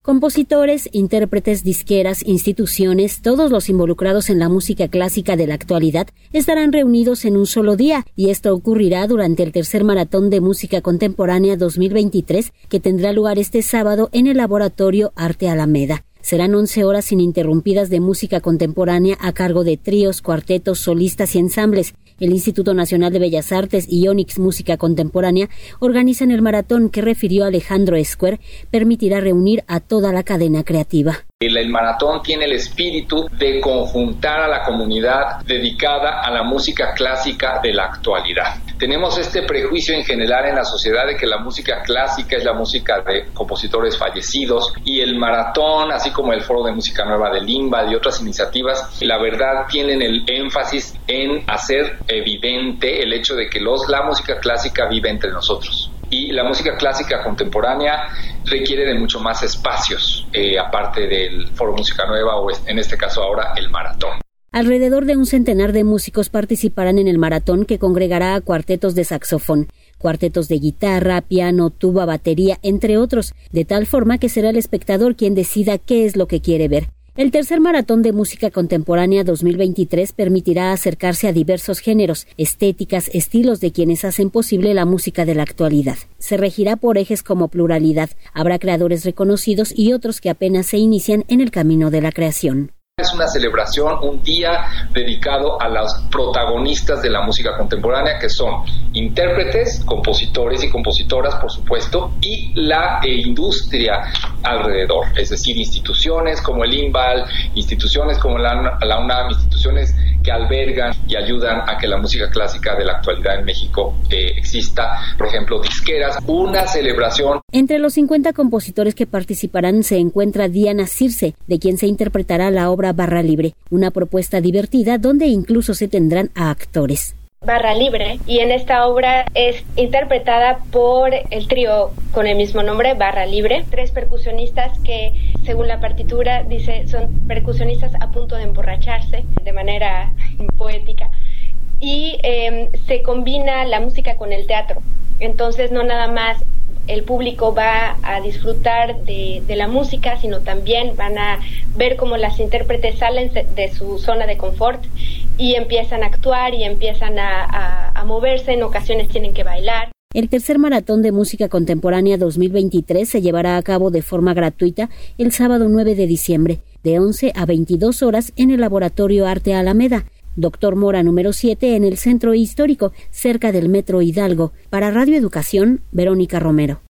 Compositores, intérpretes, disqueras, instituciones, todos los involucrados en la música clásica de la actualidad estarán reunidos en un solo día, y esto ocurrirá durante el tercer Maratón de Música Contemporánea 2023, que tendrá lugar este sábado en el Laboratorio Arte Alameda. Serán 11 horas ininterrumpidas de música contemporánea a cargo de tríos, cuartetos, solistas y ensambles. El Instituto Nacional de Bellas Artes y Onyx Música Contemporánea organizan el maratón que, refirió Alejandro Esquer, permitirá reunir a toda la cadena creativa. El maratón tiene el espíritu de conjuntar a la comunidad dedicada a la música clásica de la actualidad. Tenemos este prejuicio en general en la sociedad de que la música clásica es la música de compositores fallecidos, y el maratón, así como el Foro de Música Nueva del INBAL y otras iniciativas, la verdad tienen el énfasis en hacer evidente el hecho de que la música clásica vive entre nosotros. Y la música clásica contemporánea requiere de mucho más espacios, aparte del Foro Música Nueva o en este caso ahora el maratón. Alrededor de un centenar de músicos participarán en el maratón, que congregará a cuartetos de saxofón, cuartetos de guitarra, piano, tuba, batería, entre otros, de tal forma que será el espectador quien decida qué es lo que quiere ver. El tercer Maratón de Música Contemporánea 2023 permitirá acercarse a diversos géneros, estéticas, estilos de quienes hacen posible la música de la actualidad. Se regirá por ejes como pluralidad. Habrá creadores reconocidos y otros que apenas se inician en el camino de la creación. Es una celebración, un día dedicado a los protagonistas de la música contemporánea, que son intérpretes, compositores y compositoras, por supuesto, y la industria alrededor, es decir, instituciones como el INBAL, instituciones como la UNAM, instituciones que albergan y ayudan a que la música clásica de la actualidad en México exista, por ejemplo, disqueras, una celebración. Entre los 50 compositores que participarán se encuentra Diana Circe, de quien se interpretará la obra Barra Libre, una propuesta divertida donde incluso se tendrán a actores. Barra Libre, y en esta obra es interpretada por el trío con el mismo nombre, Barra Libre, 3 percusionistas que, según la partitura, dice, son percusionistas a punto de emborracharse, de manera poética, y se combina la música con el teatro. Entonces no nada más el público va a disfrutar de la música, sino también van a ver cómo las intérpretes salen de su zona de confort y empiezan a actuar y empiezan a moverse, en ocasiones tienen que bailar. El tercer Maratón de Música Contemporánea 2023 se llevará a cabo de forma gratuita el sábado 9 de diciembre, de 11 a 22 horas en el Laboratorio Arte Alameda, Doctor Mora número 7, en el Centro Histórico, cerca del Metro Hidalgo. Para Radio Educación, Verónica Romero.